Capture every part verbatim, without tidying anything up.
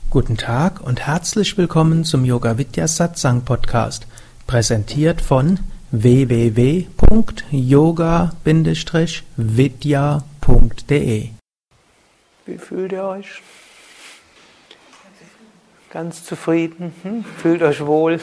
Guten Tag und herzlich willkommen zum Yoga Vidya Satsang Podcast, präsentiert von w w w punkt yoga vidya punkt de. Wie fühlt ihr euch? Ganz zufrieden? Hm? Fühlt euch wohl?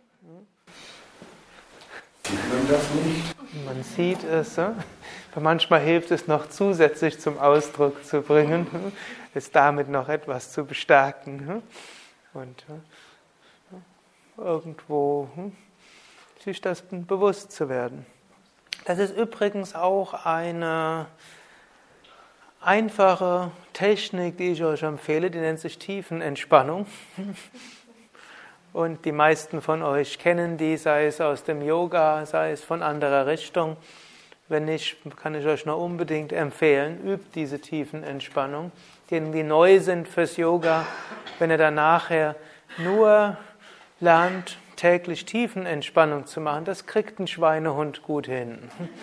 Sieht man das nicht? Man sieht es. Hm? Manchmal hilft es noch zusätzlich zum Ausdruck zu bringen, hm? es damit noch etwas zu bestärken. Hm? Und hm? irgendwo hm? sich das bewusst zu werden. Das ist übrigens auch eine einfache Technik, die ich euch empfehle, die nennt sich Tiefenentspannung. Und die meisten von euch kennen die, sei es aus dem Yoga, sei es von anderer Richtung. Wenn nicht, kann ich euch noch unbedingt empfehlen, übt diese Tiefenentspannung, die irgendwie neu sind fürs Yoga. Wenn ihr dann nachher nur lernt, täglich Tiefenentspannung zu machen, das kriegt ein Schweinehund gut hin.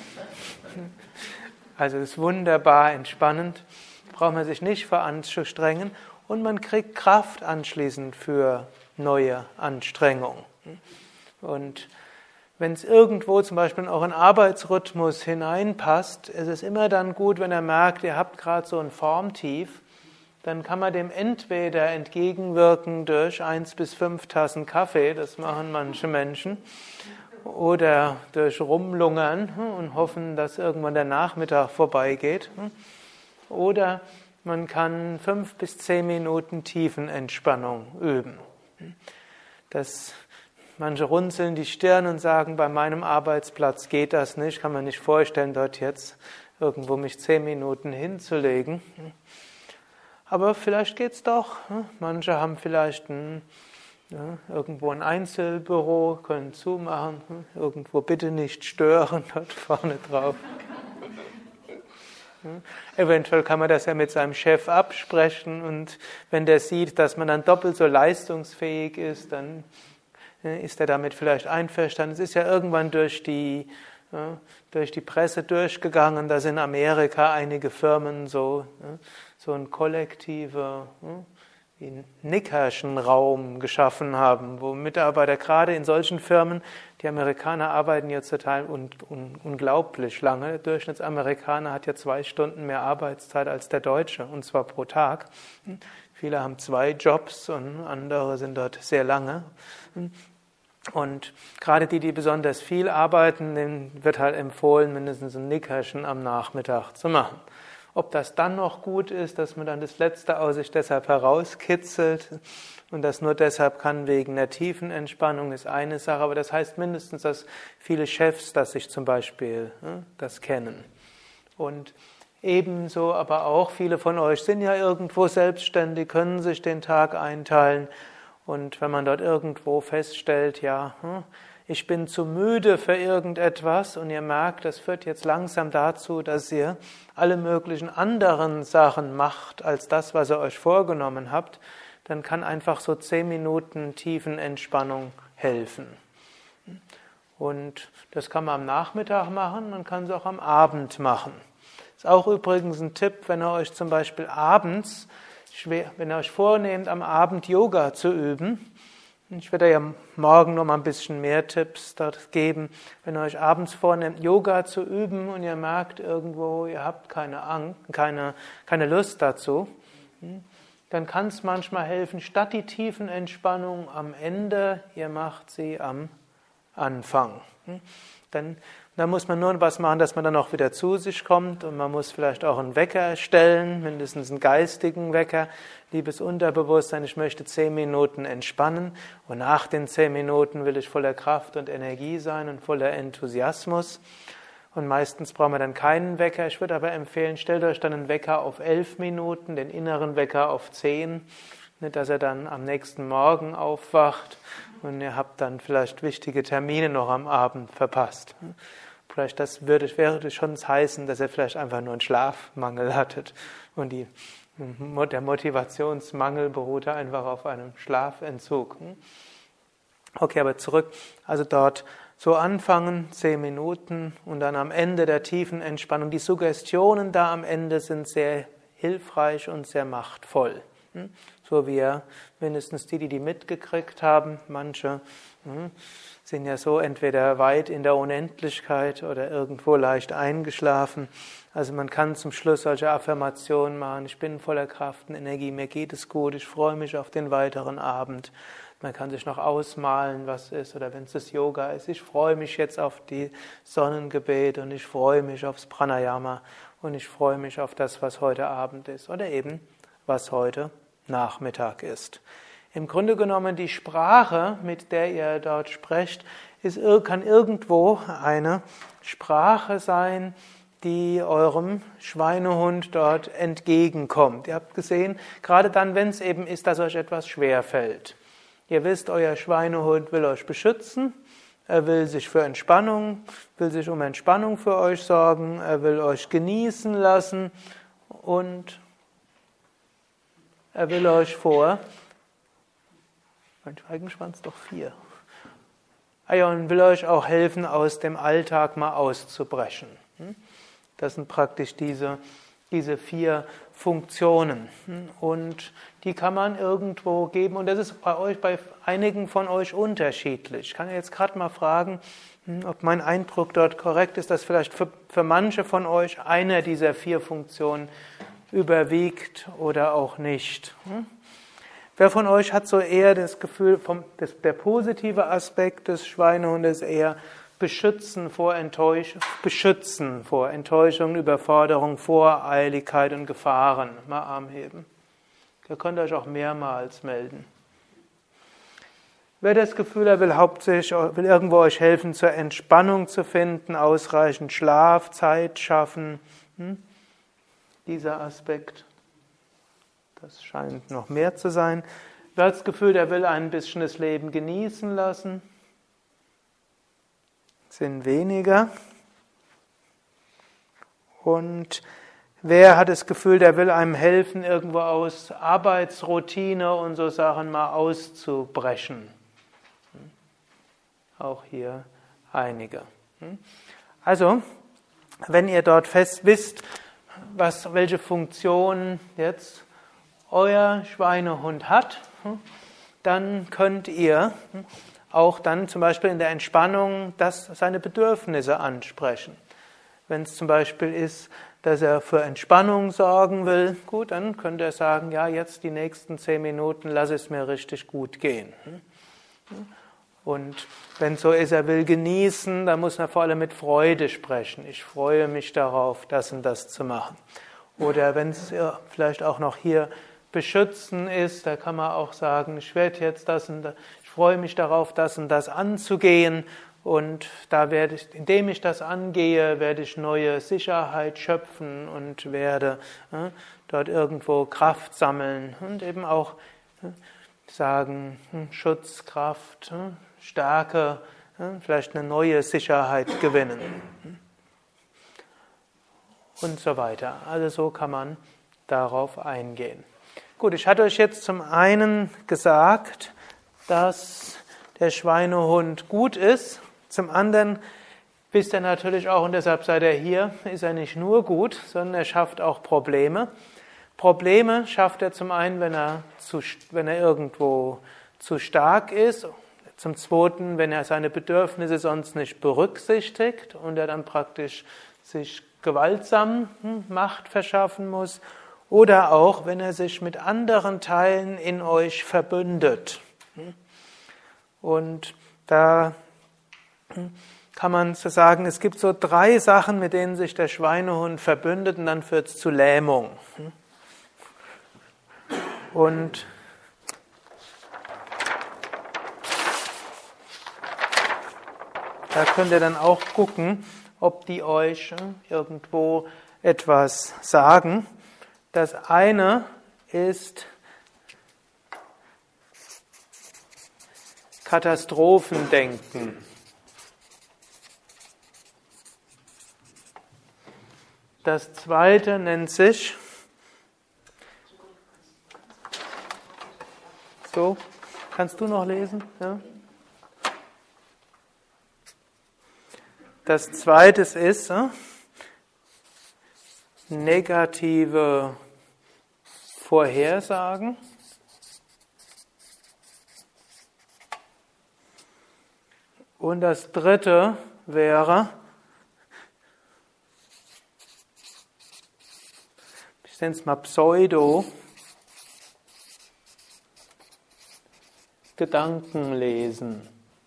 Also das ist wunderbar entspannend, braucht man sich nicht veranstrengen und man kriegt Kraft anschließend für neue Anstrengungen. Und wenn es irgendwo zum Beispiel auch in Arbeitsrhythmus hineinpasst, ist es immer dann gut, wenn ihr merkt, ihr habt gerade so ein Formtief, dann kann man dem entweder entgegenwirken durch eins bis fünf Tassen Kaffee, das machen manche Menschen, oder durch Rumlungern und hoffen, dass irgendwann der Nachmittag vorbeigeht. Oder man kann fünf bis zehn Minuten Tiefenentspannung üben. Das, manche runzeln die Stirn und sagen, bei meinem Arbeitsplatz geht das nicht, kann man nicht vorstellen, dort jetzt irgendwo mich zehn Minuten hinzulegen. Aber vielleicht geht's doch. Manche haben vielleicht ein Ja, irgendwo ein Einzelbüro, können zumachen, irgendwo bitte nicht stören, dort vorne drauf. Ja, eventuell kann man das ja mit seinem Chef absprechen und wenn der sieht, dass man dann doppelt so leistungsfähig ist, dann ist er damit vielleicht einverstanden. Es ist ja irgendwann durch die, ja, durch die Presse durchgegangen, dass in Amerika einige Firmen so, ja, so ein kollektiver ja, einen Nickerchen-Raum geschaffen haben, wo Mitarbeiter gerade in solchen Firmen, die Amerikaner arbeiten jetzt total un, un, unglaublich lange. Der Durchschnittsamerikaner hat ja zwei Stunden mehr Arbeitszeit als der Deutsche, und zwar pro Tag. Viele haben zwei Jobs und andere sind dort sehr lange. Und gerade die, die besonders viel arbeiten, denen wird halt empfohlen, mindestens ein Nickerchen am Nachmittag zu machen. Ob das dann noch gut ist, dass man dann das Letzte aus sich deshalb herauskitzelt und das nur deshalb kann wegen der tiefen Entspannung, ist eine Sache. Aber das heißt mindestens, dass viele Chefs, dass sich zum Beispiel das kennen. Und ebenso aber auch, viele von euch sind ja irgendwo selbstständig, können sich den Tag einteilen. Und wenn man dort irgendwo feststellt, ja, ich bin zu müde für irgendetwas und ihr merkt, das führt jetzt langsam dazu, dass ihr alle möglichen anderen Sachen macht, als das, was ihr euch vorgenommen habt, dann kann einfach so zehn Minuten Tiefenentspannung helfen. Und das kann man am Nachmittag machen, man kann es auch am Abend machen. Ist auch übrigens ein Tipp, wenn ihr euch zum Beispiel abends, wenn ihr euch vornehmt, am Abend Yoga zu üben. Ich werde ja morgen noch mal ein bisschen mehr Tipps dort geben. Wenn ihr euch abends vornehmt, Yoga zu üben und ihr merkt irgendwo, ihr habt keine Angst, keine, keine Lust dazu, dann kann es manchmal helfen, statt die Tiefenentspannung am Ende, ihr macht sie am Anfang. Dann, dann muss man nur was machen, dass man dann auch wieder zu sich kommt und man muss vielleicht auch einen Wecker stellen, mindestens einen geistigen Wecker. Liebes Unterbewusstsein, ich möchte zehn Minuten entspannen und nach den zehn Minuten will ich voller Kraft und Energie sein und voller Enthusiasmus. Und meistens brauchen wir dann keinen Wecker. Ich würde aber empfehlen, stellt euch dann einen Wecker auf elf Minuten, den inneren Wecker auf zehn, nicht, dass er dann am nächsten Morgen aufwacht und ihr habt dann vielleicht wichtige Termine noch am Abend verpasst. Vielleicht das würde, würde schon heißen, dass ihr vielleicht einfach nur einen Schlafmangel hattet und die Der Motivationsmangel beruhte einfach auf einem Schlafentzug. Okay, aber zurück. Also dort so anfangen, zehn Minuten und dann am Ende der tiefen Entspannung. Die Suggestionen da am Ende sind sehr hilfreich und sehr machtvoll. So wie ja mindestens die, die die mitgekriegt haben, manche sind ja so entweder weit in der Unendlichkeit oder irgendwo leicht eingeschlafen. Also man kann zum Schluss solche Affirmationen machen: Ich bin voller Kraft und Energie, mir geht es gut, ich freue mich auf den weiteren Abend. Man kann sich noch ausmalen, was ist, oder wenn es das Yoga ist: Ich freue mich jetzt auf die Sonnengebete und ich freue mich aufs Pranayama und ich freue mich auf das, was heute Abend ist, oder eben was heute Nachmittag ist. Im Grunde genommen, die Sprache, mit der ihr dort sprecht, ist, kann irgendwo eine Sprache sein, die eurem Schweinehund dort entgegenkommt. Ihr habt gesehen, gerade dann, wenn es eben ist, dass euch etwas schwerfällt. Ihr wisst, euer Schweinehund will euch beschützen, er will sich für Entspannung, will sich um Entspannung für euch sorgen, er will euch genießen lassen und er will euch vor, eigentlich waren es doch vier, ah ja, und will euch auch helfen, aus dem Alltag mal auszubrechen. Das sind praktisch diese, diese vier Funktionen. Und die kann man irgendwo geben. Und das ist bei euch, bei einigen von euch unterschiedlich. Ich kann jetzt gerade mal fragen, ob mein Eindruck dort korrekt ist, dass vielleicht für, für manche von euch eine dieser vier Funktionen überwiegt oder auch nicht. Wer von euch hat so eher das Gefühl, vom, das, der positive Aspekt des Schweinehundes eher Beschützen vor Enttäuschung, Beschützen vor Enttäuschung, Überforderung, Voreiligkeit und Gefahren. Mal Arm heben. Ihr könnt euch auch mehrmals melden. Wer das Gefühl hat, will hauptsächlich, will irgendwo euch helfen, zur Entspannung zu finden, ausreichend Schlaf, Zeit schaffen. Hm? Dieser Aspekt, das scheint noch mehr zu sein. Wer hat das Gefühl, der will ein bisschen das Leben genießen lassen? Sind weniger. Und wer hat das Gefühl, der will einem helfen, irgendwo aus Arbeitsroutine und so Sachen mal auszubrechen? Auch hier einige. Also, wenn ihr dort fest wisst, was, welche Funktion jetzt euer Schweinehund hat, dann könnt ihr auch dann zum Beispiel in der Entspannung das, seine Bedürfnisse ansprechen. Wenn es zum Beispiel ist, dass er für Entspannung sorgen will, gut, dann könnt ihr sagen, ja, jetzt die nächsten zehn Minuten lass es mir richtig gut gehen. Und wenn es so ist, er will genießen, dann muss man vor allem mit Freude sprechen. Ich freue mich darauf, das und das zu machen. Oder wenn es vielleicht auch noch hier beschützen ist, da kann man auch sagen, ich werde jetzt das und das, ich freue mich darauf, das und das anzugehen. Und da werde ich, indem ich das angehe, werde ich neue Sicherheit schöpfen und werde äh, dort irgendwo Kraft sammeln und eben auch äh, sagen, hm, Schutz, Kraft, hm, Stärke, hm, vielleicht eine neue Sicherheit gewinnen. Hm. Und so weiter. Also so kann man darauf eingehen. Gut, ich hatte euch jetzt zum einen gesagt, dass der Schweinehund gut ist. Zum anderen wisst ihr natürlich auch, und deshalb seid ihr hier, ist er nicht nur gut, sondern er schafft auch Probleme. Probleme schafft er zum einen, wenn er, zu, wenn er irgendwo zu stark ist. Zum zweiten, wenn er seine Bedürfnisse sonst nicht berücksichtigt und er dann praktisch sich gewaltsam Macht verschaffen muss. Oder auch, wenn er sich mit anderen Teilen in euch verbündet. Und da kann man so sagen, es gibt so drei Sachen, mit denen sich der Schweinehund verbündet und dann führt es zu Lähmung. Und da könnt ihr dann auch gucken, ob die euch irgendwo etwas sagen. Das eine ist Katastrophendenken. Das zweite nennt sich so, kannst du noch lesen? Ja? Das zweite ist äh, negative Vorhersagen. Und das dritte wäre, ich nenne es mal Pseudo, Gedankenlesen.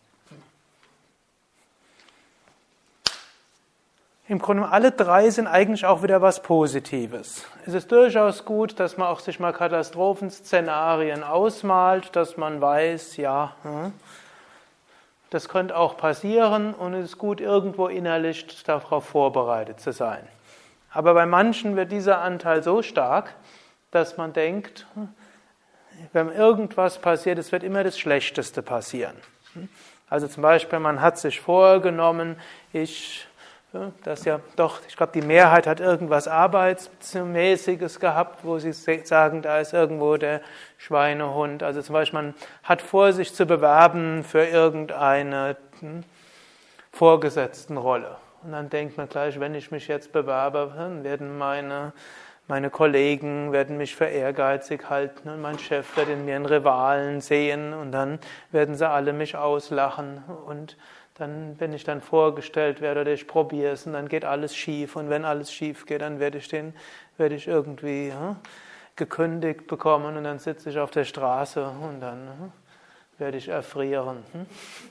Im Grunde alle drei sind eigentlich auch wieder was Positives. Es ist durchaus gut, dass man auch sich mal Katastrophenszenarien ausmalt, dass man weiß, ja, das könnte auch passieren und es ist gut, irgendwo innerlich darauf vorbereitet zu sein. Aber bei manchen wird dieser Anteil so stark, dass man denkt, wenn irgendwas passiert, es wird immer das Schlechteste passieren. Also zum Beispiel, man hat sich vorgenommen, ich, das ja doch, ich glaube, die Mehrheit hat irgendwas Arbeitsmäßiges gehabt, wo sie sagen, da ist irgendwo der Schweinehund. Also zum Beispiel, man hat vor, sich zu bewerben für irgendeine hm, Vorgesetztenrolle. Und dann denkt man gleich, wenn ich mich jetzt bewerbe, dann werden meine Meine Kollegen werden mich für ehrgeizig halten und mein Chef wird in mir einen Rivalen sehen und dann werden sie alle mich auslachen und dann, wenn ich dann vorgestellt werde oder ich probiere es und dann geht alles schief und wenn alles schief geht, dann werde ich den, werde ich irgendwie ja, gekündigt bekommen und dann sitze ich auf der Straße und dann ja, werde ich erfrieren. Hm?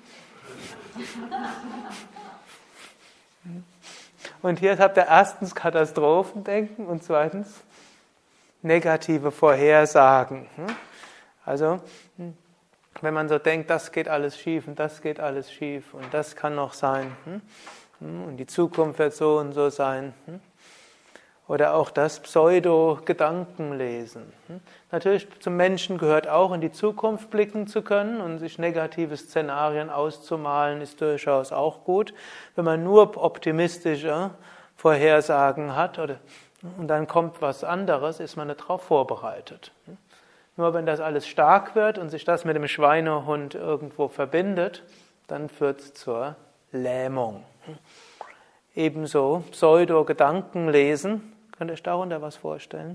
Und hier habt ihr erstens Katastrophendenken und zweitens negative Vorhersagen. Also, wenn man so denkt, das geht alles schief und das geht alles schief und das kann noch sein und die Zukunft wird so und so sein. Oder auch das Pseudo-Gedankenlesen. Natürlich zum Menschen gehört auch, in die Zukunft blicken zu können und sich negative Szenarien auszumalen, ist durchaus auch gut. Wenn man nur optimistische Vorhersagen hat oder, und dann kommt was anderes, ist man nicht darauf vorbereitet. Nur wenn das alles stark wird und sich das mit dem Schweinehund irgendwo verbindet, dann führt es zur Lähmung. Ebenso Pseudo-Gedankenlesen. Könnt ihr euch darunter was vorstellen?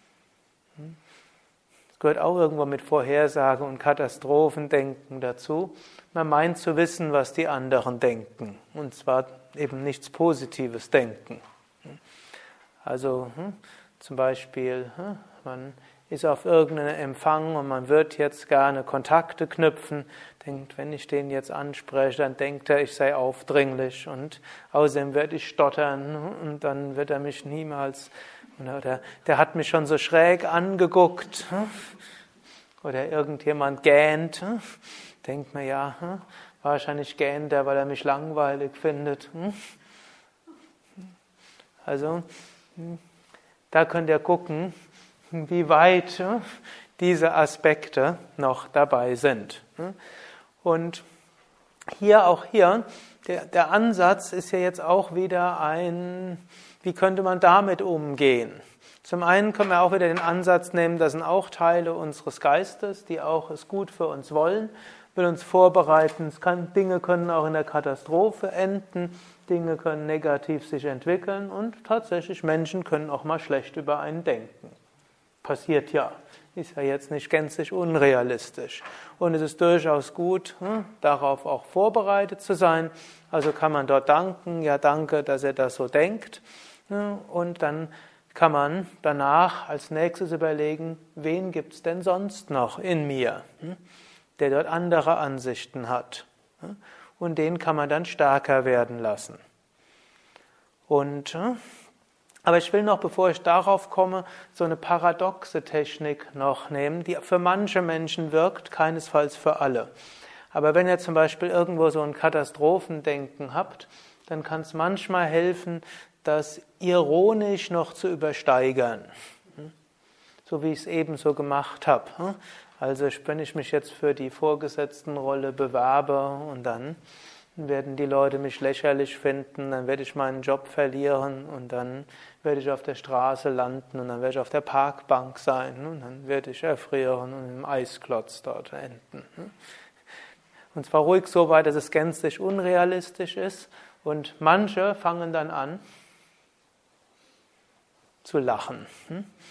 Das gehört auch irgendwo mit Vorhersage und Katastrophendenken dazu. Man meint zu wissen, was die anderen denken. Und zwar eben nichts Positives denken. Also zum Beispiel, man ist auf irgendeinem Empfang und man wird jetzt gerne Kontakte knüpfen, denkt, wenn ich den jetzt anspreche, dann denkt er, ich sei aufdringlich und außerdem werde ich stottern und dann wird er mich niemals, oder der hat mich schon so schräg angeguckt oder irgendjemand gähnt, denkt man ja, wahrscheinlich gähnt er, weil er mich langweilig findet. Also, da könnt ihr gucken, wie weit diese Aspekte noch dabei sind. Und hier auch hier, der, der Ansatz ist ja jetzt auch wieder ein, wie könnte man damit umgehen? Zum einen können wir auch wieder den Ansatz nehmen, das sind auch Teile unseres Geistes, die auch es gut für uns wollen, will uns vorbereiten. Es kann, Dinge können auch in der Katastrophe enden, Dinge können negativ sich entwickeln und tatsächlich Menschen können auch mal schlecht über einen denken. Passiert ja, ist ja jetzt nicht gänzlich unrealistisch. Und es ist durchaus gut, hm, darauf auch vorbereitet zu sein. Also kann man dort danken, ja danke, dass er das so denkt. Ja, und dann kann man danach als nächstes überlegen, wen gibt es denn sonst noch in mir, hm, der dort andere Ansichten hat. Hm, und den kann man dann stärker werden lassen. Und hm, Aber ich will noch, bevor ich darauf komme, so eine paradoxe Technik noch nehmen, die für manche Menschen wirkt, keinesfalls für alle. Aber wenn ihr zum Beispiel irgendwo so ein Katastrophendenken habt, dann kann es manchmal helfen, das ironisch noch zu übersteigern. So wie ich es eben so gemacht habe. Also wenn ich mich jetzt für die Vorgesetztenrolle bewerbe und dann werden die Leute mich lächerlich finden, dann werde ich meinen Job verlieren und dann werde ich auf der Straße landen und dann werde ich auf der Parkbank sein und dann werde ich erfrieren und im Eisklotz dort enden. Und zwar ruhig so weit, dass es gänzlich unrealistisch ist und manche fangen dann an zu lachen.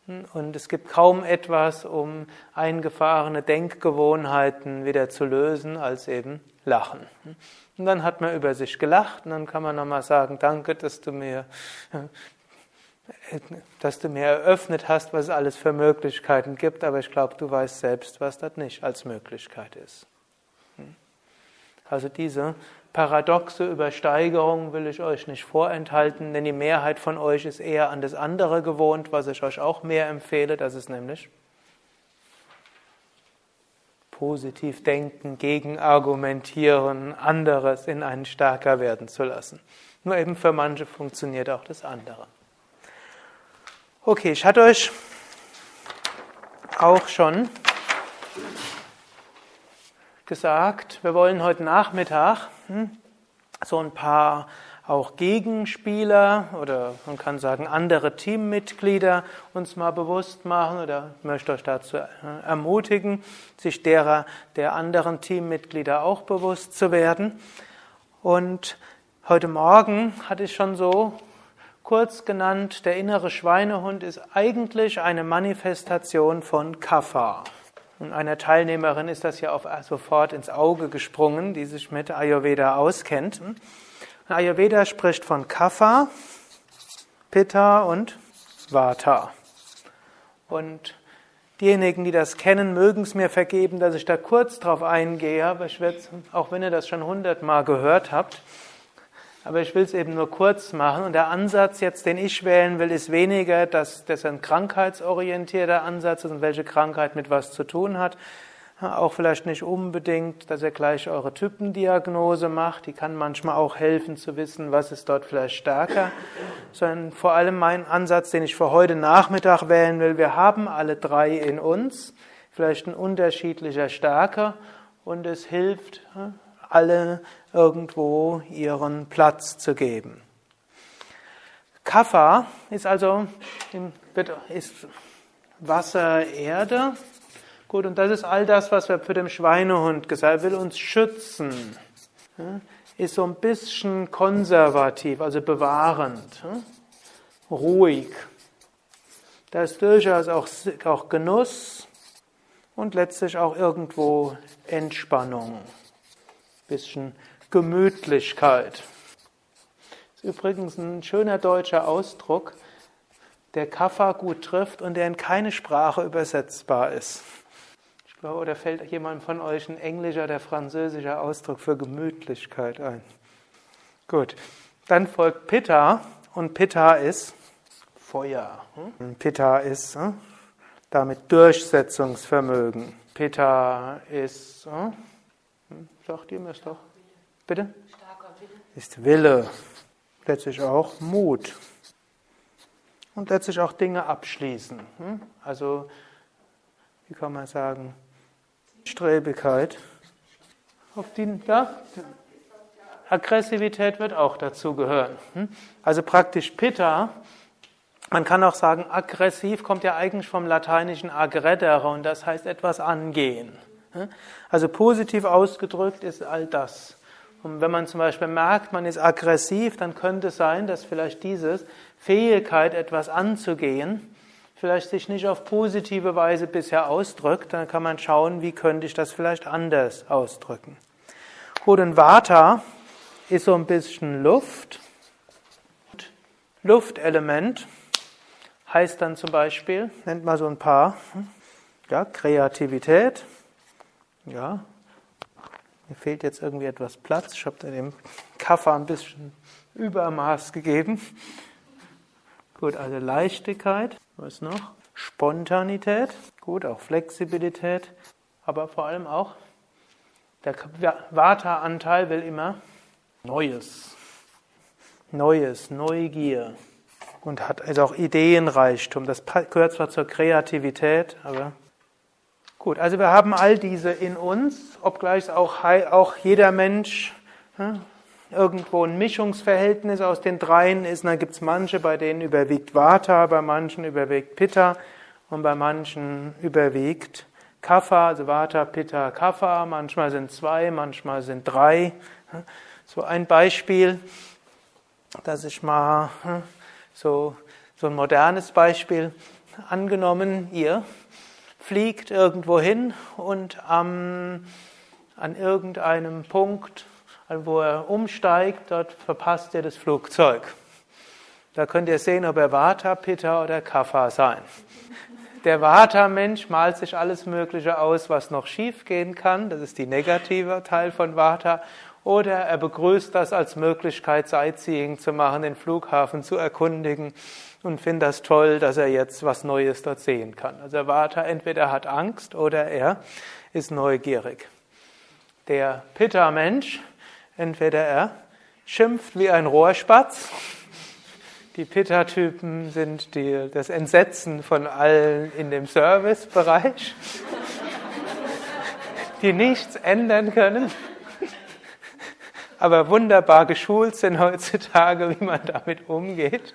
Und es gibt kaum etwas, um eingefahrene Denkgewohnheiten wieder zu lösen, als eben Lachen. Und dann hat man über sich gelacht und dann kann man nochmal sagen, danke, dass du mir, dass du mir eröffnet hast, was es alles für Möglichkeiten gibt, aber ich glaube, du weißt selbst, was das nicht als Möglichkeit ist. Also diese paradoxe Übersteigerung will ich euch nicht vorenthalten, denn die Mehrheit von euch ist eher an das andere gewohnt, was ich euch auch mehr empfehle, das ist nämlich positiv denken, gegen argumentieren, anderes in einen stärker werden zu lassen. Nur eben für manche funktioniert auch das andere. Okay, ich hatte euch auch schon gesagt, wir wollen heute Nachmittag hm, so ein paar auch Gegenspieler oder man kann sagen andere Teammitglieder uns mal bewusst machen oder ich möchte euch dazu ermutigen, sich derer der anderen Teammitglieder auch bewusst zu werden. Und heute Morgen hatte ich schon so kurz genannt, der innere Schweinehund ist eigentlich eine Manifestation von Kapha. Und einer Teilnehmerin ist das ja auf, sofort ins Auge gesprungen, die sich mit Ayurveda auskennt. Ayurveda spricht von Kapha, Pitta und Vata. Und diejenigen, die das kennen, mögen es mir vergeben, dass ich da kurz drauf eingehe, aber ich werde, auch wenn ihr das schon hundertmal gehört habt, aber ich will es eben nur kurz machen. Und der Ansatz jetzt, den ich wählen will, ist weniger, dass das ein krankheitsorientierter Ansatz ist und welche Krankheit mit was zu tun hat. Auch vielleicht nicht unbedingt, dass ihr gleich eure Typendiagnose macht. Die kann manchmal auch helfen zu wissen, was ist dort vielleicht stärker. Sondern vor allem mein Ansatz, den ich für heute Nachmittag wählen will. Wir haben alle drei in uns, vielleicht in unterschiedlicher Stärke. Und es hilft, alle irgendwo ihren Platz zu geben. Kapha ist also ist Wasser, Erde. Gut, und das ist all das, was wir für den Schweinehund gesagt haben. Er will uns schützen. Ist so ein bisschen konservativ, also bewahrend. Ruhig. Da ist durchaus auch, auch Genuss und letztlich auch irgendwo Entspannung. Bisschen Gemütlichkeit. Das ist übrigens ein schöner deutscher Ausdruck, der Kapha gut trifft und der in keine Sprache übersetzbar ist. Ich glaube, oder fällt jemand von euch ein englischer oder französischer Ausdruck für Gemütlichkeit ein? Gut, dann folgt Pitta und Pitta ist Feuer. Pitta ist damit Durchsetzungsvermögen. Pitta ist Sagt ihr mir es doch? Bitte? Starker Wille. Ist Wille. Letztlich auch Mut. Und letztlich auch Dinge abschließen. Also, wie kann man sagen? Strebigkeit. Auf die, ja? Aggressivität wird auch dazu gehören. Also praktisch Pitta. Man kann auch sagen, aggressiv kommt ja eigentlich vom lateinischen aggredere und das heißt etwas angehen. Also positiv ausgedrückt ist all das. Und wenn man zum Beispiel merkt, man ist aggressiv, dann könnte es sein, dass vielleicht diese Fähigkeit, etwas anzugehen, vielleicht sich nicht auf positive Weise bisher ausdrückt. Dann kann man schauen, wie könnte ich das vielleicht anders ausdrücken. Gut, und Vata ist so ein bisschen Luft. Luftelement heißt dann zum Beispiel, nennt man so ein paar, ja, Kreativität. Ja, mir fehlt jetzt irgendwie etwas Platz. Ich habe da dem Kapha ein bisschen Übermaß gegeben. Gut, also Leichtigkeit. Was noch? Spontanität. Gut, auch Flexibilität. Aber vor allem auch der Vata-Anteil will immer Neues. Neues, Neugier. Und hat also auch Ideenreichtum. Das gehört zwar zur Kreativität, aber gut, also wir haben all diese in uns, obgleich auch, auch jeder Mensch ja, irgendwo ein Mischungsverhältnis aus den dreien ist. Und dann gibt es manche, bei denen überwiegt Vata, bei manchen überwiegt Pitta und bei manchen überwiegt Kapha, also Vata, Pitta, Kapha. Manchmal sind zwei, manchmal sind drei. So ein Beispiel, dass ich mal so, so ein modernes Beispiel angenommen, ihr fliegt irgendwo hin und ähm, an irgendeinem Punkt, wo er umsteigt, dort verpasst ihr das Flugzeug. Da könnt ihr sehen, ob er Vata, Pitta oder Kapha sein. Der Vata-Mensch malt sich alles Mögliche aus, was noch schief gehen kann. Das ist die negative Teil von Vata. Oder er begrüßt das als Möglichkeit, Sightseeing zu machen, den Flughafen zu erkundigen und findet das toll, dass er jetzt was Neues dort sehen kann. Also Vata entweder hat Angst oder er ist neugierig. Der Pitta-Mensch, entweder er schimpft wie ein Rohrspatz. Die Pitta-Typen sind die, das Entsetzen von allen in dem Servicebereich, die nichts ändern können, aber wunderbar geschult sind heutzutage, wie man damit umgeht.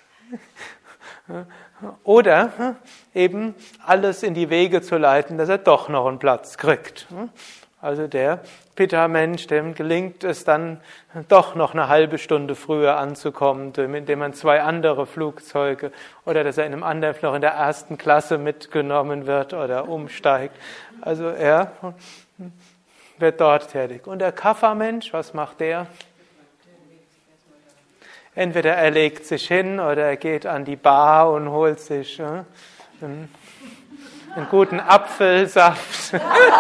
Oder eben alles in die Wege zu leiten, dass er doch noch einen Platz kriegt. Also der Pitta-Mensch, dem gelingt es dann doch noch eine halbe Stunde früher anzukommen, indem man zwei andere Flugzeuge oder dass er in einem anderen noch in der ersten Klasse mitgenommen wird oder umsteigt. Also er wird dort tätig. Und der Kapha-Mensch, was macht der? Entweder er legt sich hin oder er geht an die Bar und holt sich äh, einen, einen guten Apfelsaft.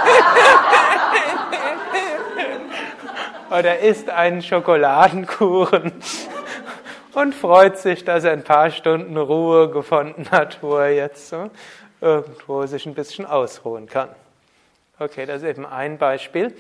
Oder isst einen Schokoladenkuchen und freut sich, dass er ein paar Stunden Ruhe gefunden hat, wo er jetzt so irgendwo sich ein bisschen ausruhen kann. Okay, das ist eben ein Beispiel.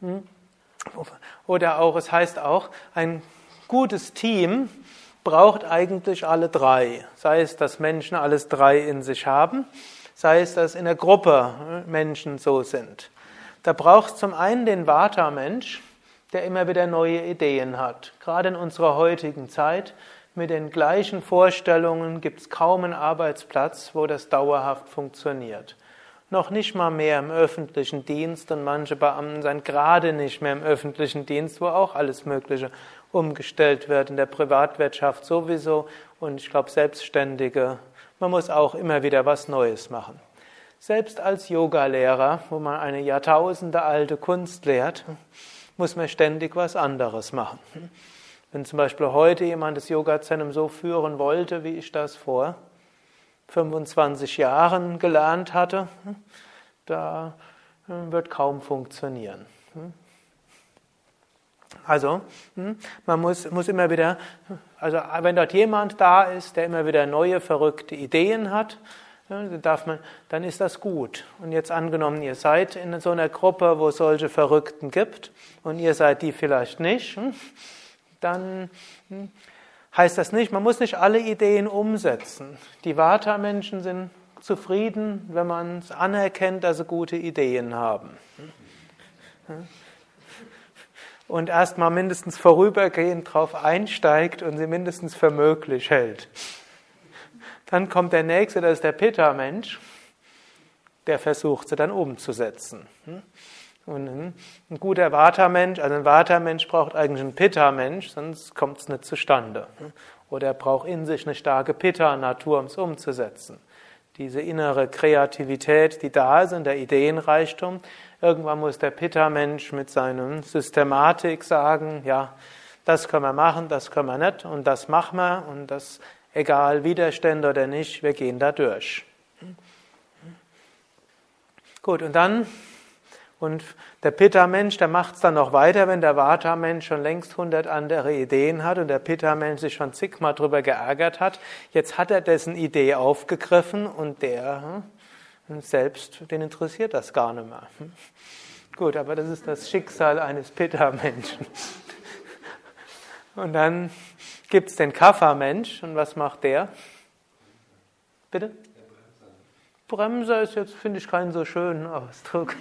Oder auch, es heißt auch, ein gutes Team braucht eigentlich alle drei. Sei es, dass Menschen alles drei in sich haben, sei es, dass in der Gruppe Menschen so sind. Da braucht es zum einen den Vata-Mensch, der immer wieder neue Ideen hat. Gerade in unserer heutigen Zeit mit den gleichen Vorstellungen gibt es kaum einen Arbeitsplatz, wo das dauerhaft funktioniert. Noch nicht mal mehr im öffentlichen Dienst und manche Beamten sind gerade nicht mehr im öffentlichen Dienst, wo auch alles Mögliche umgestellt wird, in der Privatwirtschaft sowieso und ich glaube Selbstständige. Man muss auch immer wieder was Neues machen. Selbst als Yogalehrer, wo man eine Jahrtausende alte Kunst lehrt, muss man ständig was anderes machen. Wenn zum Beispiel heute jemand das Yoga-Zentrum so führen wollte, wie ich das vor fünfundzwanzig Jahren gelernt hatte, da wird kaum funktionieren. Also, man muss, muss immer wieder, also wenn dort jemand da ist, der immer wieder neue, verrückte Ideen hat, darf man, dann ist das gut. Und jetzt angenommen, ihr seid in so einer Gruppe, wo es solche Verrückten gibt und ihr seid die vielleicht nicht, dann heißt das nicht, man muss nicht alle Ideen umsetzen. Die Vata-Menschen sind zufrieden, wenn man es anerkennt, dass sie gute Ideen haben. Und erstmal mindestens vorübergehend darauf einsteigt und sie mindestens für möglich hält. Dann kommt der Nächste, das ist der Pitta-Mensch, der versucht sie dann umzusetzen. Und ein guter Vata-Mensch, also ein Vata-Mensch braucht eigentlich einen Pitta-Mensch, sonst kommt es nicht zustande. Oder er braucht in sich eine starke Pitta-Natur, um es umzusetzen. Diese innere Kreativität, die da ist und der Ideenreichtum. Irgendwann muss der Pitta-Mensch mit seiner Systematik sagen, ja, das können wir machen, das können wir nicht und das machen wir und das, egal Widerstände oder nicht, wir gehen da durch. Gut, und dann, und der Pitta-Mensch, der macht es dann noch weiter, wenn der Vata-Mensch schon längst hundert andere Ideen hat und der Pitta-Mensch sich schon zigmal drüber geärgert hat. Jetzt hat er dessen Idee aufgegriffen und der selbst, den interessiert das gar nicht mehr. Gut, aber das ist das Schicksal eines Pitta-Menschen. Und dann gibt es den Kapha-Mensch und was macht der? Bitte? Bremser ist jetzt, finde ich, keinen so schönen Ausdruck.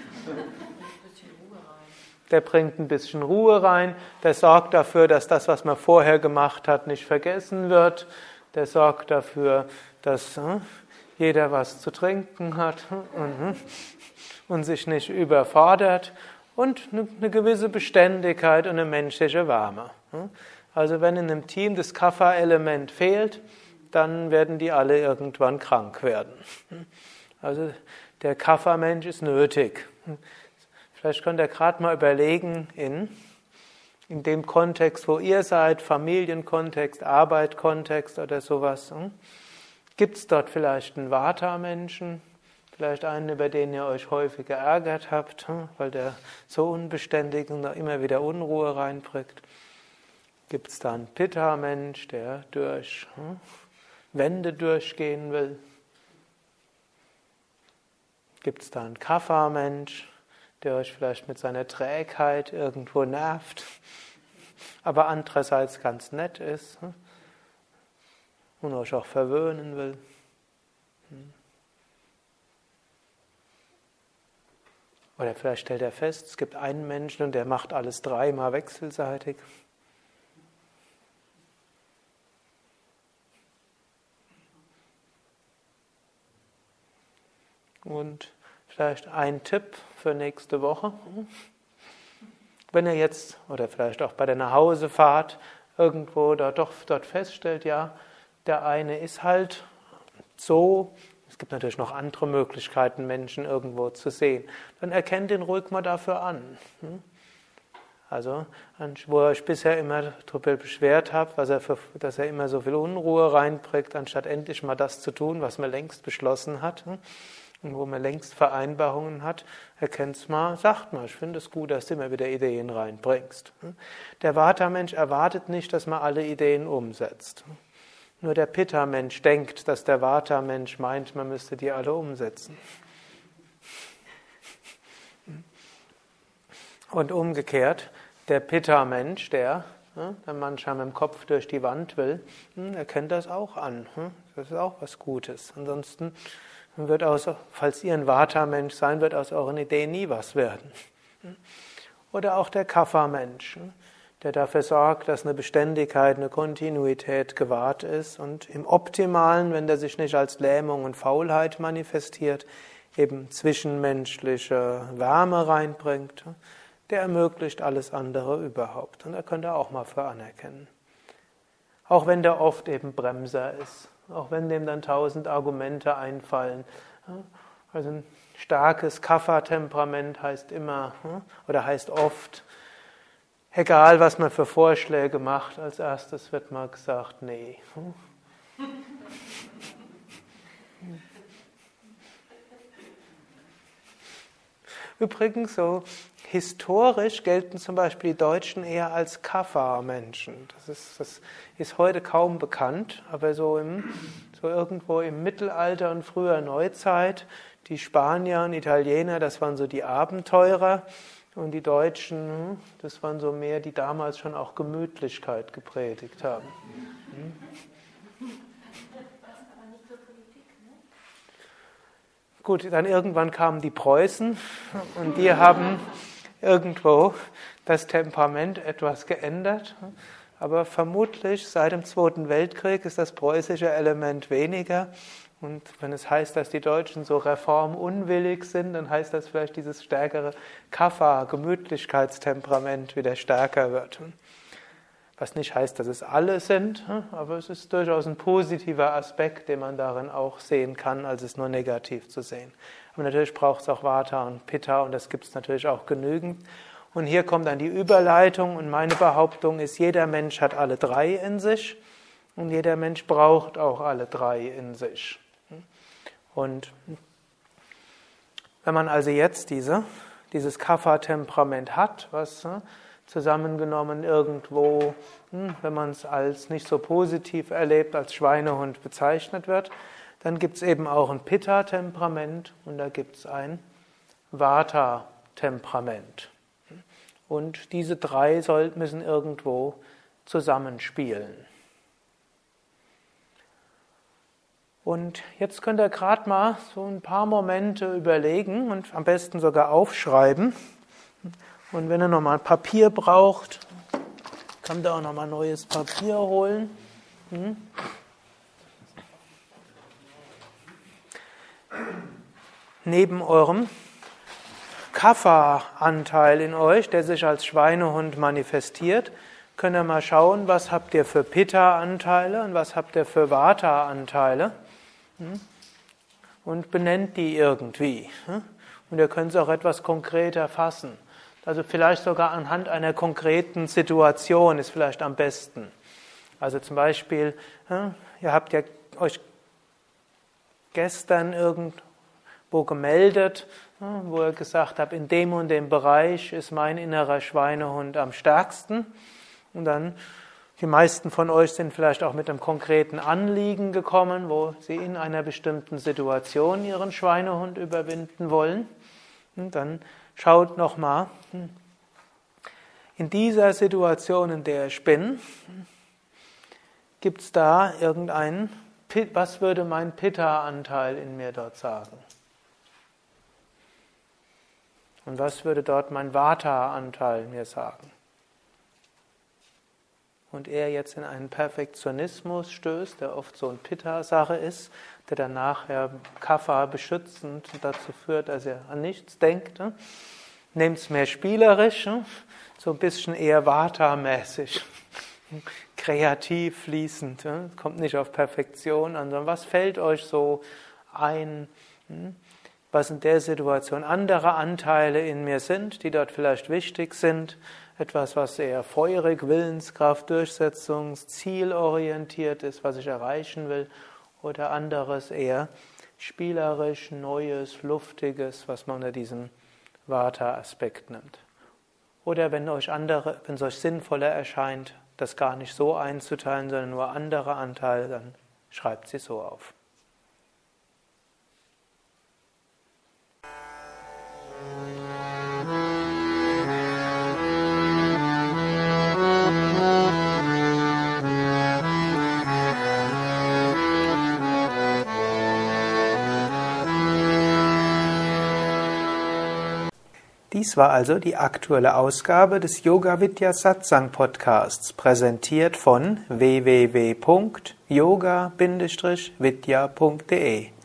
Der bringt ein bisschen Ruhe rein, der sorgt dafür, dass das, was man vorher gemacht hat, nicht vergessen wird. Der sorgt dafür, dass äh, jeder was zu trinken hat und, und sich nicht überfordert und eine, eine gewisse Beständigkeit und eine menschliche Wärme. Also wenn in einem Team das Kapha-Element fehlt, dann werden die alle irgendwann krank werden. Also der Kapha-Mensch ist nötig. Vielleicht könnt ihr gerade mal überlegen, in, in dem Kontext, wo ihr seid, Familienkontext, Arbeitskontext oder sowas, gibt es dort vielleicht einen Vata-Menschen, vielleicht einen, über den ihr euch häufig geärgert habt, weil der so unbeständig und immer wieder Unruhe reinbringt. Gibt es da einen Pitta-Mensch, der durch Wände durchgehen will? Gibt es da einen Kapha-Mensch, der euch vielleicht mit seiner Trägheit irgendwo nervt, aber andererseits ganz nett ist und euch auch verwöhnen will? Oder vielleicht stellt er fest, es gibt einen Menschen und der macht alles dreimal wechselseitig. Und vielleicht ein Tipp für nächste Woche. Wenn ihr jetzt, oder vielleicht auch bei der Nachhausefahrt, irgendwo da doch dort feststellt, ja, der eine ist halt so, es gibt natürlich noch andere Möglichkeiten, Menschen irgendwo zu sehen, dann erkennt ihn ruhig mal dafür an. Also, wo ihr euch bisher immer darüber beschwert habt, was er für, dass er immer so viel Unruhe reinbringt, anstatt endlich mal das zu tun, was man längst beschlossen hat. Und wo man längst Vereinbarungen hat, erkennt's mal, sagt mal, ich finde es gut, dass du immer wieder Ideen reinbringst. Der Vata-Mensch erwartet nicht, dass man alle Ideen umsetzt. Nur der Pitta-Mensch denkt, dass der Vata-Mensch meint, man müsste die alle umsetzen. Und umgekehrt, der Pitta-Mensch, der, der manchmal mit dem Kopf durch die Wand will, erkennt das auch an. Das ist auch was Gutes. Ansonsten wird aus, falls ihr ein Vata-Mensch sein, wird aus euren Ideen nie was werden. Oder auch der Kapha-Mensch, der dafür sorgt, dass eine Beständigkeit, eine Kontinuität gewahrt ist und im Optimalen, wenn der sich nicht als Lähmung und Faulheit manifestiert, eben zwischenmenschliche Wärme reinbringt, der ermöglicht alles andere überhaupt. Und da könnt ihr auch mal für anerkennen. Auch wenn der oft eben Bremser ist. Auch wenn dem dann tausend Argumente einfallen. Also ein starkes Kapha-Temperament heißt immer oder heißt oft, egal was man für Vorschläge macht, als erstes wird mal gesagt, nee. Übrigens so historisch gelten zum Beispiel die Deutschen eher als Kapha-Menschen. Das ist, das ist heute kaum bekannt, aber so, im, so irgendwo im Mittelalter und früher Neuzeit, die Spanier und Italiener, das waren so die Abenteurer und die Deutschen, das waren so mehr, die damals schon auch Gemütlichkeit gepredigt haben. Gut, dann irgendwann kamen die Preußen und die haben irgendwo das Temperament etwas geändert, aber vermutlich seit dem Zweiten Weltkrieg ist das preußische Element weniger. Und wenn es heißt, dass die Deutschen so reformunwillig sind, dann heißt das vielleicht, dieses stärkere Kapha-Gemütlichkeitstemperament wieder stärker wird. Was nicht heißt, dass es alle sind, aber es ist durchaus ein positiver Aspekt, den man darin auch sehen kann, als es nur negativ zu sehen. Aber natürlich braucht es auch Vata und Pitta und das gibt es natürlich auch genügend. Und hier kommt dann die Überleitung und meine Behauptung ist, jeder Mensch hat alle drei in sich und jeder Mensch braucht auch alle drei in sich. Und wenn man also jetzt diese, dieses Kapha-Temperament hat, was zusammengenommen irgendwo, wenn man es als nicht so positiv erlebt, als Schweinehund bezeichnet wird, dann gibt es eben auch ein Pitta-Temperament und da gibt es ein Vata-Temperament. Und diese drei soll, müssen irgendwo zusammenspielen. Und jetzt könnt ihr gerade mal so ein paar Momente überlegen und am besten sogar aufschreiben. Und wenn ihr nochmal Papier braucht, könnt ihr auch nochmal neues Papier holen. Hm? Neben eurem Kapha-Anteil in euch, der sich als Schweinehund manifestiert, könnt ihr mal schauen, was habt ihr für Pitta-Anteile und was habt ihr für Vata-Anteile. Und benennt die irgendwie. Und ihr könnt es auch etwas konkreter fassen. Also vielleicht sogar anhand einer konkreten Situation ist vielleicht am besten. Also zum Beispiel, ihr habt ja euch gestern irgendwo gemeldet, wo ihr gesagt habt, in dem und dem Bereich ist mein innerer Schweinehund am stärksten. Und dann, die meisten von euch sind vielleicht auch mit einem konkreten Anliegen gekommen, wo sie in einer bestimmten Situation ihren Schweinehund überwinden wollen. Und dann schaut nochmal, in dieser Situation, in der ich bin, gibt es da irgendeinen, was würde mein Pitta-Anteil in mir dort sagen? Und was würde dort mein Vata-Anteil mir sagen? Und er jetzt in einen Perfektionismus stößt, der oft so eine Pitta-Sache ist, der dann nachher Kapha beschützend dazu führt, dass er an nichts denkt. Nehmt es mehr spielerisch, so ein bisschen eher Vata-mäßig, kreativ, fließend, kommt nicht auf Perfektion an, sondern was fällt euch so ein, was in der Situation andere Anteile in mir sind, die dort vielleicht wichtig sind, etwas, was eher feurig, Willenskraft, Durchsetzungs-, zielorientiert ist, was ich erreichen will, oder anderes eher spielerisch, Neues, Luftiges, was man unter diesem Vata-Aspekt nimmt. Oder wenn euch andere, wenn es euch sinnvoller erscheint, das gar nicht so einzuteilen, sondern nur andere Anteile, dann schreibt sie so auf. Dies war also die aktuelle Ausgabe des Yoga Vidya Satsang Podcasts, präsentiert von w w w punkt yoga Bindestrich vidya punkt de.